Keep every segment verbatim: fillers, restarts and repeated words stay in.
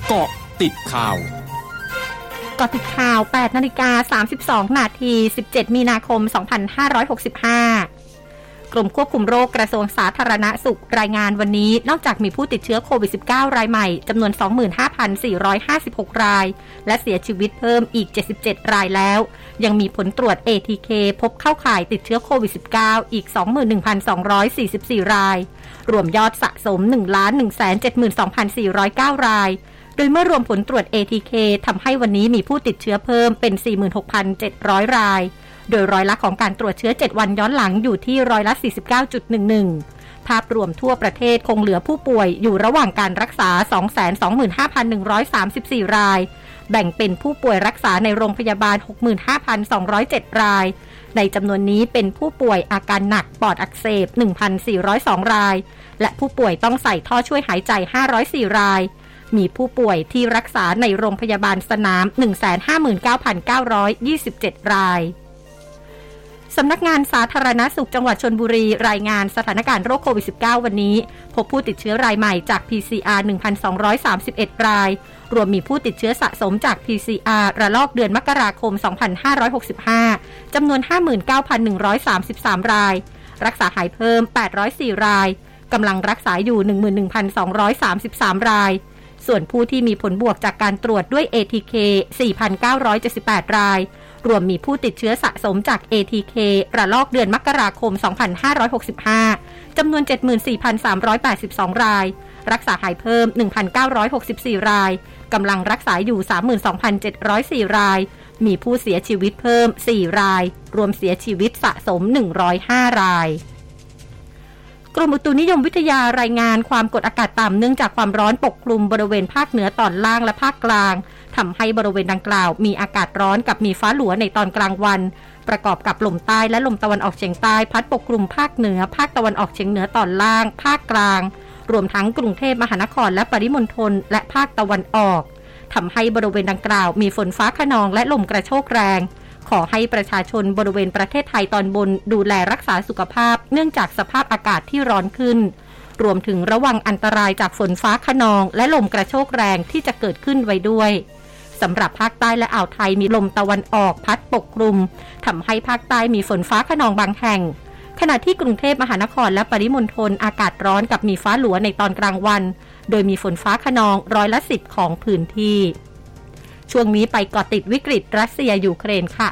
เกาะติดข่าวเกาะติดข่าว แปดนาฬิกาสามสิบสองนาที สิบเจ็ดมีนาคมสองพันห้าร้อยหกสิบห้ากรมควบคุมโรคกระทรวงสาธารณสุขรายงานวันนี้นอกจากมีผู้ติดเชื้อโควิด สิบเก้า รายใหม่จำนวน สองหมื่นห้าพันสี่ร้อยห้าสิบหก รายและเสียชีวิตเพิ่มอีกเจ็ดสิบเจ็ดรายแล้วยังมีผลตรวจ เอ ที เค พบเข้าข่ายติดเชื้อโควิด สิบเก้า อีก สองหมื่นหนึ่งพันสองร้อยสี่สิบสี่ รายรวมยอดสะสม หนึ่งล้านหนึ่งแสนเจ็ดหมื่นสองพันสี่ร้อยเก้า รายโดยเมื่อรวมผลตรวจ เอ ที เค ทำให้วันนี้มีผู้ติดเชื้อเพิ่มเป็น สี่หมื่นหกพันเจ็ดร้อย รายโดยร้อยละของการตรวจเชื้อเจ็ดวันย้อนหลังอยู่ที่ร้อยละ สี่สิบเก้าจุดหนึ่งหนึ่ง ภาพรวมทั่วประเทศคงเหลือผู้ป่วยอยู่ระหว่างการรักษา สองแสนสองหมื่นห้าพันหนึ่งร้อยสามสิบสี่ รายแบ่งเป็นผู้ป่วยรักษาในโรงพยาบาล หกหมื่นห้าพันสองร้อยเจ็ด รายในจำนวนนี้เป็นผู้ป่วยอาการหนักปอดอักเสบ หนึ่งพันสี่ร้อยสอง รายและผู้ป่วยต้องใส่ท่อช่วยหายใจห้าร้อยสี่รายมีผู้ป่วยที่รักษาในโรงพยาบาลสนาม หนึ่งแสนห้าหมื่นเก้าพันเก้าร้อยยี่สิบเจ็ด รายสำนักงานสาธารณสุขจังหวัดชลบุรีรายงานสถานการณ์โรคโควิด สิบเก้า วันนี้พบผู้ติดเชื้อรายใหม่จาก พี ซี อาร์ หนึ่งพันสองร้อยสามสิบเอ็ด รายรวมมีผู้ติดเชื้อสะสมจาก พี ซี อาร์ ระลอกเดือนมกราคม สองพันห้าร้อยหกสิบห้า จำนวน ห้าหมื่นเก้าพันหนึ่งร้อยสามสิบสาม รายรักษาหายเพิ่ม แปดร้อยสี่ รายกำลังรักษาอยู่ หนึ่งหมื่นหนึ่งพันสองร้อยสามสิบสาม รายส่วนผู้ที่มีผลบวกจากการตรวจด้วย เอ ที เค สี่พันเก้าร้อยเจ็ดสิบแปด รายรวมมีผู้ติดเชื้อสะสมจาก เอ ที เค ระลอกเดือนมกราคม สองพันห้าร้อยหกสิบห้า จำนวน เจ็ดหมื่นสี่พันสามร้อยแปดสิบสอง รายรักษาหายเพิ่ม หนึ่งพันเก้าร้อยหกสิบสี่ รายกำลังรักษาอยู่ สามหมื่นสองพันเจ็ดร้อยสี่ รายมีผู้เสียชีวิตเพิ่ม สี่ รายรวมเสียชีวิตสะสม หนึ่งร้อยห้า รายกรมอุตุนิยมวิทยารายงานความกดอากาศต่ำเนื่องจากความร้อนปกคลุมบริเวณภาคเหนือตอนล่างและภาคกลางทำให้บริเวณดังกล่าวมีอากาศร้อนกับมีฟ้าหลัวในตอนกลางวันประกอบกับลมใต้และลมตะวันออกเฉียงใต้พัดปกคลุมภาคเหนือภาคตะวันออกเฉียงเหนือตอนล่างภาคกลางรวมทั้งกรุงเทพมหานครและปริมณฑลและภาคตะวันออกทำให้บริเวณดังกล่าวมีฝนฟ้าคะนองและลมกระโชกแรงขอให้ประชาชนบริเวณประเทศไทยตอนบนดูแลรักษาสุขภาพเนื่องจากสภาพอากาศที่ร้อนขึ้นรวมถึงระวังอันตรายจากฝนฟ้าคะนองและลมกระโชกแรงที่จะเกิดขึ้นไว้ด้วยสำหรับภาคใต้และอ่าวไทยมีลมตะวันออกพัดปกคลุมทำให้ภาคใต้มีฝนฟ้าคะนองบางแห่งขณะที่กรุงเทพมหานครและปริมณฑลอากาศร้อนกับมีฟ้าหลัวในตอนกลางวันโดยมีฝนฟ้าคะนองร้อยละสิบของพื้นที่ช่วงนี้ไปเกาะติดวิกฤตรัสเซียยูเครนค่ะ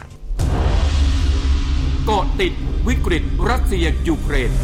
เกาะติดวิกฤตรัสเซียยูเครน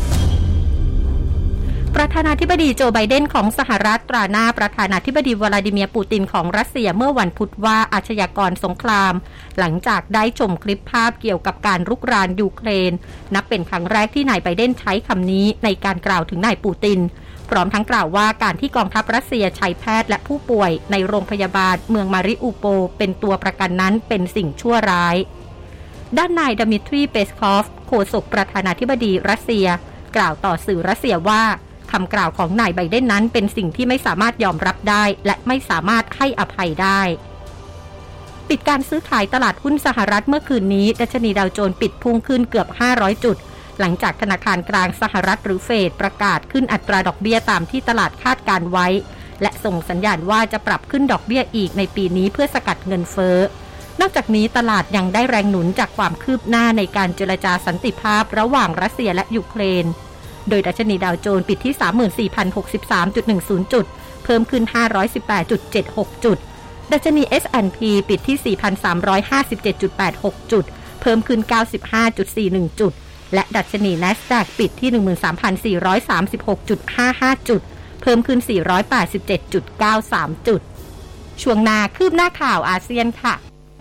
ประธานาธิบดีโจไบเดนของสหรัฐตราหน้าประธานาธิบดีวลาดิเมียร์ปูตินของรัสเซียเมื่อวันพุธว่าอาชญากรสงครามหลังจากได้ชมคลิปภาพเกี่ยวกับการรุกรานยูเครนนับเป็นครั้งแรกที่นายไบเดนใช้คำนี้ในการกล่าวถึงนายปูตินพร้อมทั้งกล่าวว่าการที่กองทัพรัสเซียใช้แพทย์และผู้ป่วยในโรงพยาบาลเมืองมาริอูโปเป็นตัวประกันนั้นเป็นสิ่งชั่วร้ายด้านนายดมิทรีเปสคอฟโฆษกประธานาธิบดีรัสเซียกล่าวต่อสื่อรัสเซียว่าคำกล่าวของนายไบเดนนั้นเป็นสิ่งที่ไม่สามารถยอมรับได้และไม่สามารถให้อภัยได้ปิดการซื้อขายตลาดหุ้นสหรัฐเมื่อคืนนี้ดัชนีดาวโจนส์ปิดพุ่งขึ้นเกือบห้าร้อยจุดหลังจากธนาคารกลางสหรัฐหรือเฟดประกาศขึ้นอัตราดอกเบี้ยตามที่ตลาดคาดการไว้และส่งสัญญาณว่าจะปรับขึ้นดอกเบี้ยอีกในปีนี้เพื่อสกัดเงินเฟ้อนอกจากนี้ตลาดยังได้แรงหนุนจากความคืบหน้าในการเจรจาสันติภาพระหว่างรัสเซียและยูเครนโดยดัชนีดาวโจนส์ปิดที่ สามหมื่นสี่พันหกสิบสามจุดหนึ่งศูนย์ จุดเพิ่มขึ้น ห้าร้อยสิบแปดจุดเจ็ดหก จุดดัชนี เอส แอนด์ พี ปิดที่ สี่พันสามร้อยห้าสิบเจ็ดจุดแปดหก จุดเพิ่มขึ้น เก้าสิบห้าจุดสี่หนึ่ง จุดและดัชนี NASDAQ ปิดที่ หนึ่งหมื่นสามพันสี่ร้อยสามสิบหกจุดห้าห้า จุดเพิ่มขึ้น สี่ร้อยแปดสิบเจ็ดจุดเก้าสาม จุดช่วงหน้าคืบหน้าข่าวอาเซียนค่ะ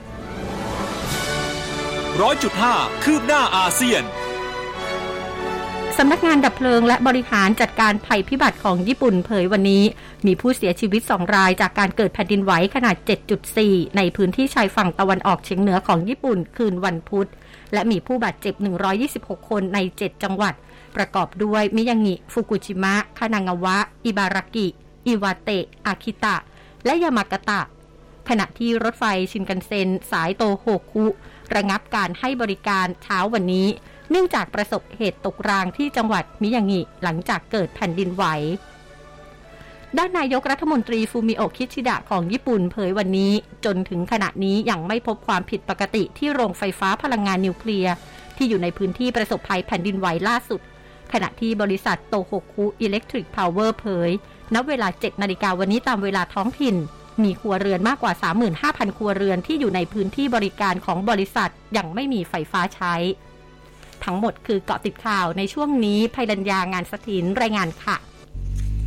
หนึ่งร้อยจุดห้า คืบหน้าอาเซียนสำนักงานดับเพลิงและบริหารจัดการภัยพิบัติของญี่ปุ่นเผยวันนี้มีผู้เสียชีวิตสองรายจากการเกิดแผ่นดินไหวขนาด เจ็ดจุดสี่ ในพื้นที่ชายฝั่งตะวันออกเฉียงเหนือของญี่ปุ่นคืนวันพุธและมีผู้บาดเจ็บหนึ่งร้อยยี่สิบหกคนในเจ็ดจังหวัดประกอบด้วยมิยางิฟุกุชิมะคานางาวะอิบารากิอิวาเตะอาคิตะและยามากาตะขณะที่รถไฟชินคันเซ็นสายโตโฮคุระงับการให้บริการเช้าวันนี้เนื่องจากประสบเหตุตกรางที่จังหวัดมิยางิหลังจากเกิดแผ่นดินไหวด้านนายกรัฐมนตรีฟูมิโอะคิชิดะของญี่ปุ่นเผยวันนี้จนถึงขณะนี้ยังไม่พบความผิดปกติที่โรงไฟฟ้าพลังงานนิวเคลียร์ที่อยู่ในพื้นที่ประสบภัยแผ่นดินไหวล่าสุดขณะที่บริษัทโตโฮคุอิเล็กทริกพาวเวอร์เผยณเวลา เจ็ดนาฬิกาวันนี้ตามเวลาท้องถิ่นมีครัวเรือนมากกว่า สามหมื่นห้าพัน ครัวเรือนที่อยู่ในพื้นที่บริการของบริษัทยังไม่มีไฟฟ้าใช้ทั้งหมดคือเกาะติดข่าวในช่วงนี้ภัยรัญญางานสถินรายงานค่ะ